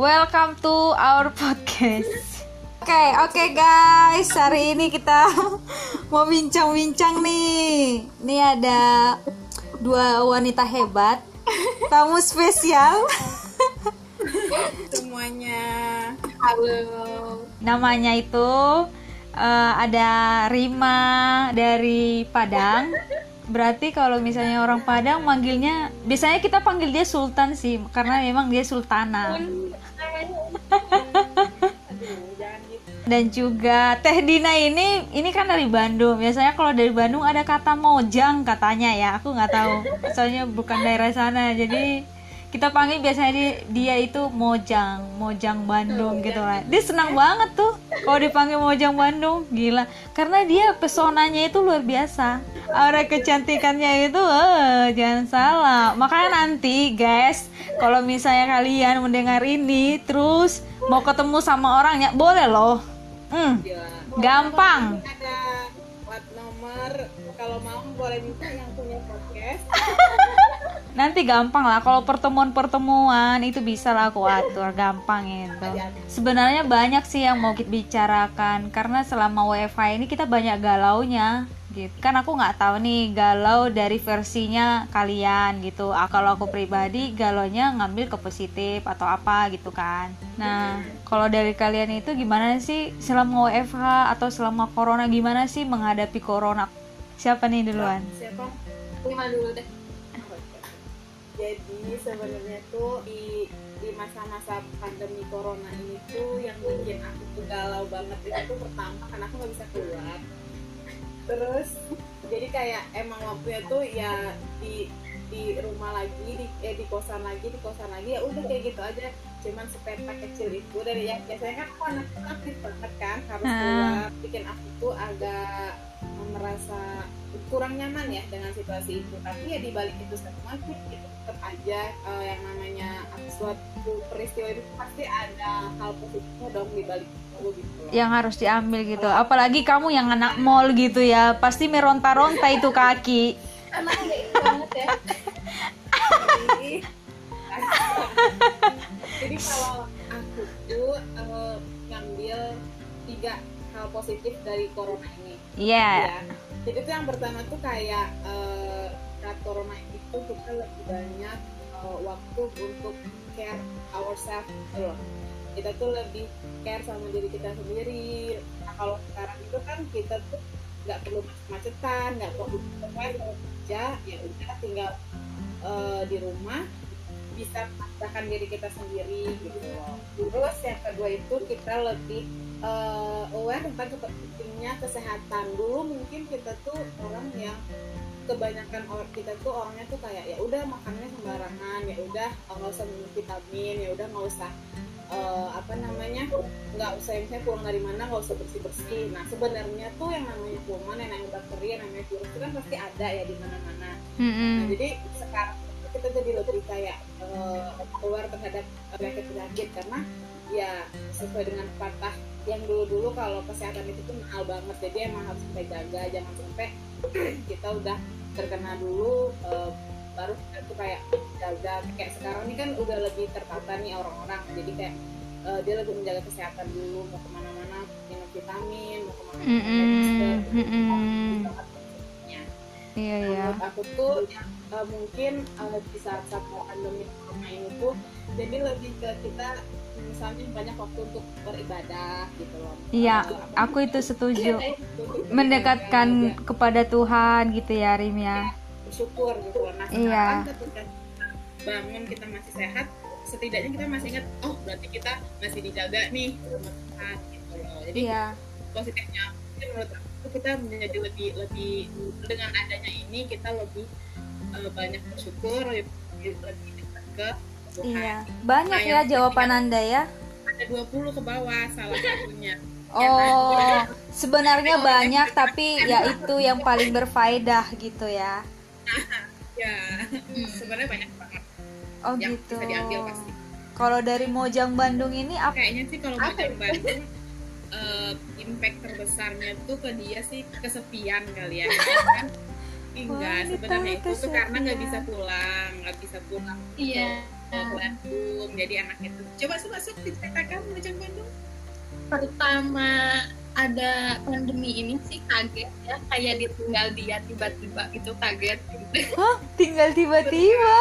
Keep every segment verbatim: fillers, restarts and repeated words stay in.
Welcome to our podcast. Oke, okay, oke okay guys, hari ini kita mau bincang-bincang nih. Ini ada dua wanita hebat, tamu spesial. Semuanya, halo. Namanya itu uh, ada Rima dari Padang. Berarti kalau misalnya orang Padang manggilnya, biasanya kita panggil dia Sultan sih, karena memang dia sultana. Dan juga Teh Dina ini, ini kan dari Bandung. Biasanya kalau dari Bandung ada kata mojang katanya ya, aku nggak tahu. Soalnya bukan daerah sana, jadi kita panggil biasanya dia, dia itu Mojang, Mojang Bandung gitu kan. Dia senang banget tuh kalau dipanggil Mojang Bandung, gila. Karena dia pesonanya itu luar biasa. Aura kecantikannya itu, eh, jangan salah. Makanya nanti guys, kalau misalnya kalian mendengar ini, terus mau ketemu sama orangnya, boleh loh. Hmm, gampang. Ada plat nomor, kalau mau boleh minta yang punya podcast. Nanti gampang lah, kalau pertemuan-pertemuan itu bisa lah aku atur, gampang itu. Sebenarnya banyak sih yang mau kita bicarakan, karena selama W F H ini kita banyak galaunya gitu. Kan aku nggak tahu nih galau dari versinya kalian gitu. Ah, kalau aku pribadi galaunya ngambil ke positif atau apa gitu kan. Nah, kalau dari kalian itu gimana sih selama W F H atau selama corona, gimana sih menghadapi corona? Siapa nih duluan? Siapa? Lima dulu deh. Jadi sebenarnya tuh di di masa-masa pandemi corona ini tuh yang bikin aku tuh galau banget itu tuh pertama karena aku nggak bisa keluar. Terus jadi kayak emang waktunya tuh ya di di rumah lagi, di eh, di kosan lagi, di kosan lagi ya udah kayak gitu aja. Cuman sepeta kecil itu dari yang biasanya kan aku anak aktif banget kan, harus keluar, bikin aku tuh agak merasa kurang nyaman ya dengan situasi itu. Tapi ya dibalik itu semua sih gitu, tetap aja uh, yang namanya suatu peristiwa itu pasti ada hal positifnya dong dibalik itu gitu loh. Yang harus diambil gitu. Apalagi kamu yang anak mall gitu ya, pasti meronta-ronta itu kaki. Anak banget ya. Jadi, jadi kalau aku tuh uh, ngambil tiga hal positif dari corona ini. Iya. Yeah. Ya. Jadi tuh yang pertama tuh kayak uh, saat corona itu kita lebih banyak uh, waktu untuk care ourselves gitu loh. Kita tuh lebih care sama diri kita sendiri. Nah kalau sekarang itu kan kita tuh nggak perlu macetan, nggak perlu kerja, ya udah tinggal uh, di rumah bisa merasakan diri kita sendiri gitu loh. Terus yang kedua itu kita lebih uh, aware tentang pentingnya kesehatan. Dulu mungkin kita tuh orang yang kebanyakan orang kita tuh orangnya tuh kayak ya udah makannya sembarangan, ya udah nggak usah minum vitamin, ya udah nggak usah uh, apa namanya nggak usah misalnya pulang dari mana nggak usah bersih bersih. Nah sebenarnya tuh yang namanya kuman, yang namanya bakteri, yang namanya virus itu kan pasti ada ya di mana-mana. Mm-hmm. Nah, jadi sekarang kita jadi lebih kayak uh, aware terhadap penyakit-penyakit karena ya sesuai dengan pepatah yang dulu-dulu kalau kesehatan itu tuh mahal banget, jadi emang harus kita jaga, jangan sampai kita udah terkena dulu uh, baru kita tuh kayak jaga. Kayak sekarang ini kan udah lebih tertata nih orang-orang, jadi kayak uh, dia lebih menjaga kesehatan dulu, mau kemana-mana minum vitamin, mau kemana-mana pakai masker, gitu. Iya ya. Menurut aku tuh uh, mungkin uh, di saat-saat pandemi corona ini tuh jadi lebih ke kita misalnya banyak waktu untuk beribadah gitu loh. Iya, uh, aku itu setuju. Iya, itu, mendekatkan ya, kepada Tuhan gitu ya Rim ya. Ya bersyukur gitu loh. Nah sekarang iya, ketika bangun kita masih sehat, setidaknya kita masih ingat oh berarti kita masih dijaga nih sama Tuhan gitu loh. Jadi iya, positifnya menurut aku kita menjadi lebih lebih dengan adanya ini kita lebih uh, banyak bersyukur, lebih, lebih dekat ke Tuhan. Iya, banyak nah, ya jawaban Anda ya. Ada dua puluh ke bawah salah satunya. Oh, ya, sebenarnya banyak tapi ya itu yang paling berfaedah gitu ya. Ya, hmm. sebenarnya banyak banget. Oh yang gitu. Bisa diambil pasti. Kalau dari Mojang Bandung ini apa? Kayaknya sih kalau Mojang Bandung Uh, impact terbesarnya tuh ke dia sih kesepian kali ya kan enggak sebenarnya itu tuh karena nggak bisa pulang nggak bisa pulang iya ke Bandung. Jadi anaknya tuh coba masuk diceritakan Mojang Bandung. Pertama ada pandemi ini sih kaget ya, kayak ditinggal dia tiba-tiba gitu, kaget gitu. Hah? Tinggal tiba-tiba?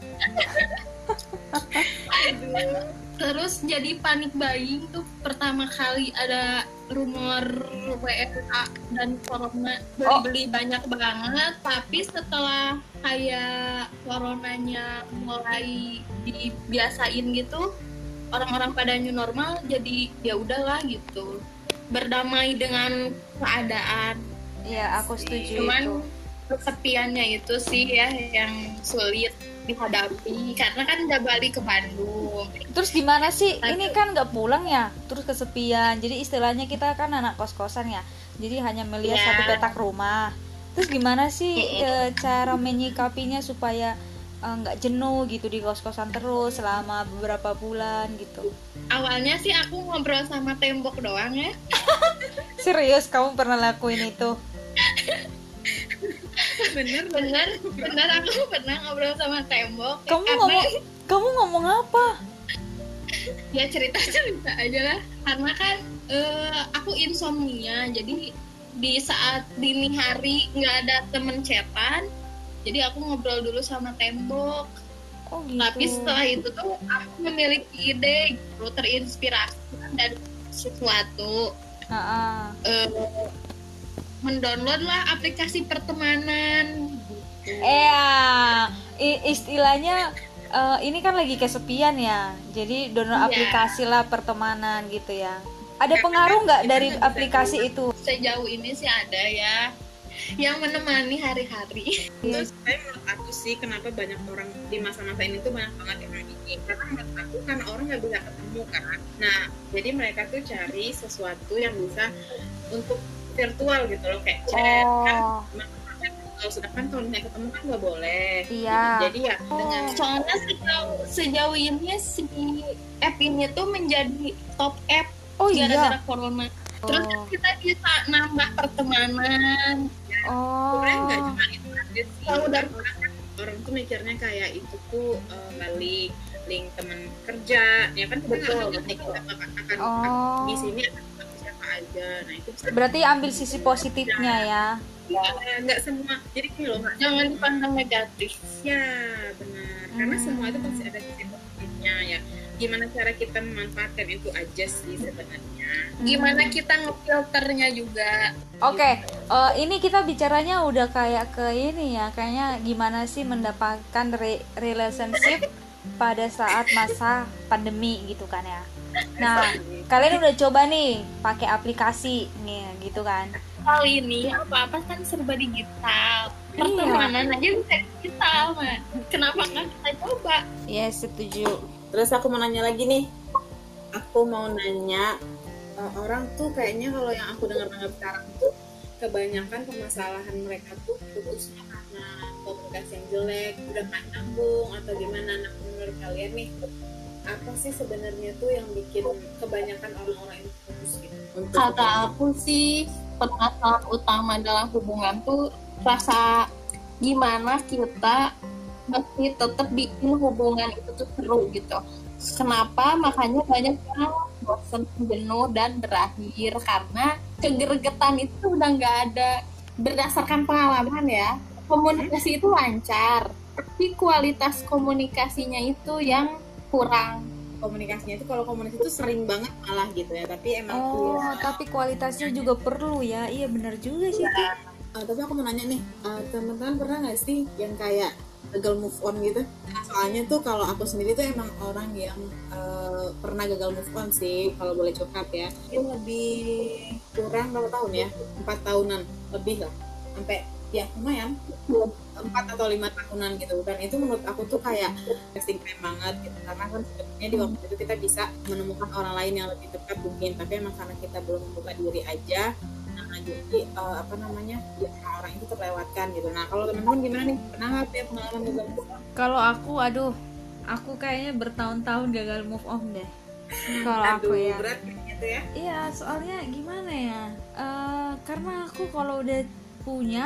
Terus jadi panik buying tuh pertama kali ada rumor W F A dan corona, beli-beli oh. banyak banget. Tapi setelah kayak coronanya mulai dibiasain gitu, orang-orang pada new normal, jadi ya udahlah gitu, berdamai dengan keadaan. Iya, aku setuju. Cuman itu. kesepiannya itu sih ya yang sulit dihadapi, karena kan udah balik ke Bandung. Terus gimana sih? Ini kan nggak pulang ya, terus kesepian. Jadi istilahnya kita kan anak kos-kosan ya, jadi hanya melihat yeah. satu petak rumah. Terus gimana sih e, cara menyikapinya supaya nggak e, jenuh gitu di kos-kosan terus selama beberapa bulan gitu? Awalnya sih aku ngobrol sama tembok doang ya. Serius kamu pernah lakuin itu? bener bener bener aku pernah ngobrol sama tembok. Kamu karena... ngomong kamu ngomong apa? Ya cerita cerita aja lah, karena kan uh, aku insomnia, jadi di saat dini hari nggak ada temen chatan, jadi aku ngobrol dulu sama tembok. Oh, gitu. Tapi setelah itu tuh aku memiliki ide gitu, terinspirasi dari sesuatu. Uh-uh. Uh, mendownload lah aplikasi pertemanan. Eh, istilahnya uh, ini kan lagi kesepian ya, jadi download yeah. aplikasi lah pertemanan gitu ya. Ada pengaruh nggak dari aplikasi itu? Sejauh ini sih ada ya, yang menemani hari-hari. Terus saya menurut aku sih kenapa banyak orang di masa-masa ini tuh banyak banget yang ini, karena menurut aku kan orang nggak bisa ketemu kan. Nah jadi mereka tuh cari sesuatu yang bisa untuk virtual gitu loh, kayak chat oh. kan. Kalau sedangkan kalau misalnya ketemu kan nggak boleh. Iya. Jadi ya oh. dengan soalnya sejauh, sejauh ini si app ini tuh menjadi top app oh, gara-gara iya? corona. Terus oh. kita bisa nambah pertemanan. Oh. Sebenarnya nggak cuma itu aja sih. Kalau udah orang, orang tuh mikirnya kayak itu tuh uh, balik link teman kerja, ya kan kita nggak tahu nih kita akan oh. di sini akan siapa aja. Nah itu bisa. Berarti ambil sisi positifnya ya. Ya, nggak semua. Jadi gini loh, jangan dipandang negatif. Ya benar. Hmm. Karena semua itu pasti ada sisi positifnya ya. Gimana cara kita memanfaatkan itu aja sih sebenarnya. Gimana kita ngefilternya juga. Oke, okay. uh, ini kita bicaranya udah kayak ke ini ya, kayaknya gimana sih mendapatkan re- relationship pada saat masa pandemi gitu kan ya. Nah, kalian udah coba nih pakai aplikasi nih gitu kan. Kali ini apa-apa kan serba digital. Pertemanan iya. aja bisa digital, man. Kenapa nggak kita coba? Ya, yes, setuju. Terus aku mau nanya lagi nih. Aku mau nanya, uh, orang tuh kayaknya kalau yang aku dengar-dengar sekarang tuh kebanyakan permasalahan mereka tuh putusnya karena komunikasi yang jelek, udah nggak nyambung atau gimana. Nah, menurut kalian nih, apa sih sebenarnya tuh yang bikin kebanyakan orang-orang itu putus gitu? Kata aku sih permasalahan utama dalam hubungan tuh rasa gimana kita masih tetap bikin hubungan itu tuh seru gitu. Kenapa? Makanya banyak yang bosan, jenuh dan berakhir karena kegergetan itu udah nggak ada. Berdasarkan pengalaman ya, komunikasi itu lancar, tapi kualitas komunikasinya itu yang kurang. Komunikasinya itu kalau komunikasi itu sering banget malah gitu ya, tapi emang oh ya. Tapi kualitasnya juga perlu ya. Iya benar juga sih ya. Uh, tapi aku mau nanya nih, uh, teman-teman pernah nggak sih yang kayak gagal move on gitu? Nah, soalnya tuh kalau aku sendiri tuh emang orang yang uh, pernah gagal move on sih, kalau boleh curhat ya. Itu lebih kurang berapa tahun ya? Empat tahunan lebih lah, sampai ya lumayan empat atau lima tahunan gitu. Dan itu menurut aku tuh kayak wasting time banget gitu, karena kan sebenarnya di waktu itu kita bisa menemukan orang lain yang lebih tepat mungkin, tapi emang karena kita belum membuka diri aja, nah jadi uh, apa namanya ya, orang itu terlewatkan gitu. Nah kalau teman-teman gimana nih, pernah nggak punya pengalaman gagal move on? Kalau aku aduh aku kayaknya bertahun-tahun gagal move on deh. Kalau aku ya berat gitu ya. Iya soalnya gimana ya, uh, karena aku kalau udah punya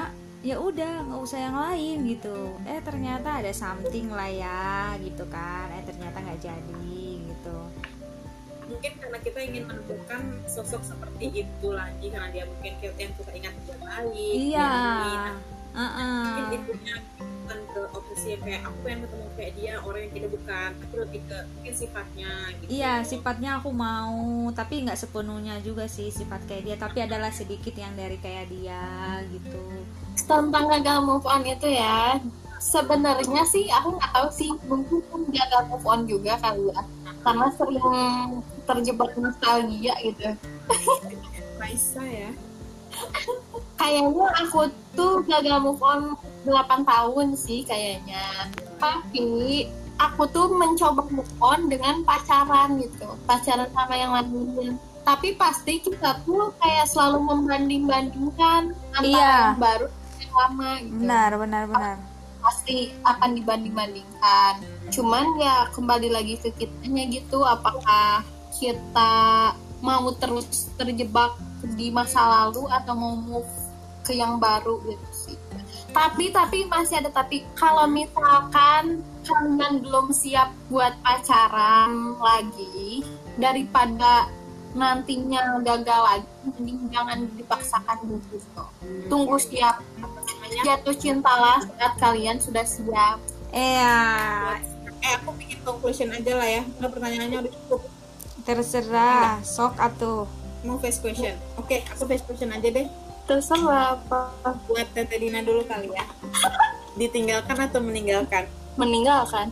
ya udah nggak usah yang lain gitu. Eh ternyata ada something lah ya gitu kan. Eh ternyata nggak jadi gitu. Mungkin karena kita ingin menemukan sosok seperti itu lagi, karena dia mungkin yang kita ingat dia baik. Iya. Uh-uh. Mungkin itunya bukan ke obsesi kayak aku yang ketemu kayak dia, orang yang tidak bukan, tapi lebih ke mungkin sifatnya gitu. Iya, sifatnya aku mau, tapi nggak sepenuhnya juga sih sifat kayak dia, tapi adalah sedikit yang dari kayak dia gitu. Tentang gagal move on itu ya, sebenarnya sih aku nggak tahu sih, mungkin gagal move on juga kali ya, karena sering terjebak nostalgia gitu. Raisa ya. Kayaknya aku tuh gagal move on delapan tahun sih kayaknya. Tapi aku tuh mencoba move on dengan pacaran gitu. Pacaran sama yang lain. Tapi pasti kita tuh kayak selalu membanding-bandingkan antara Iya. yang baru dan yang lama gitu. Benar, benar, benar. Pasti akan dibanding-bandingkan. Cuman ya kembali lagi ke kitanya gitu, apakah kita mau terus terjebak di masa lalu atau mau move ke yang baru gitu sih. Tapi tapi masih ada tapi, kalau misalkan kalian belum siap buat pacaran lagi, daripada nantinya gagal lagi, mending jangan dipaksakan dulu. Tunggu siap, jatuh cintalah saat kalian sudah siap. Iya, Eh aku bikin conclusion aja lah ya, karena pertanyaannya udah cukup. terserah, sok atuh. Mau face question. Oke, aku face question aja deh. Terserah apa, Buat Tete Dina dulu kali ya. Ditinggalkan atau meninggalkan? meninggalkan.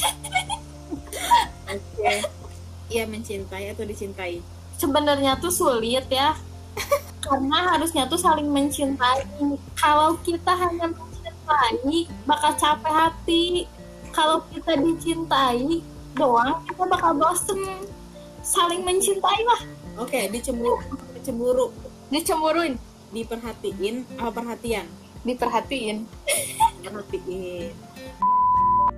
Oke. Iya, mencintai atau dicintai? Sebenarnya tuh sulit ya, karena harusnya tuh saling mencintai. Kalau kita hanya mencintai bakal capek hati, kalau kita dicintai doang kita bakal bosen. Saling mencintai lah. Oke, dicemburu, dicemburu, Dicemburuin, diperhatiin apa perhatian? diperhatiin. Perhatiin.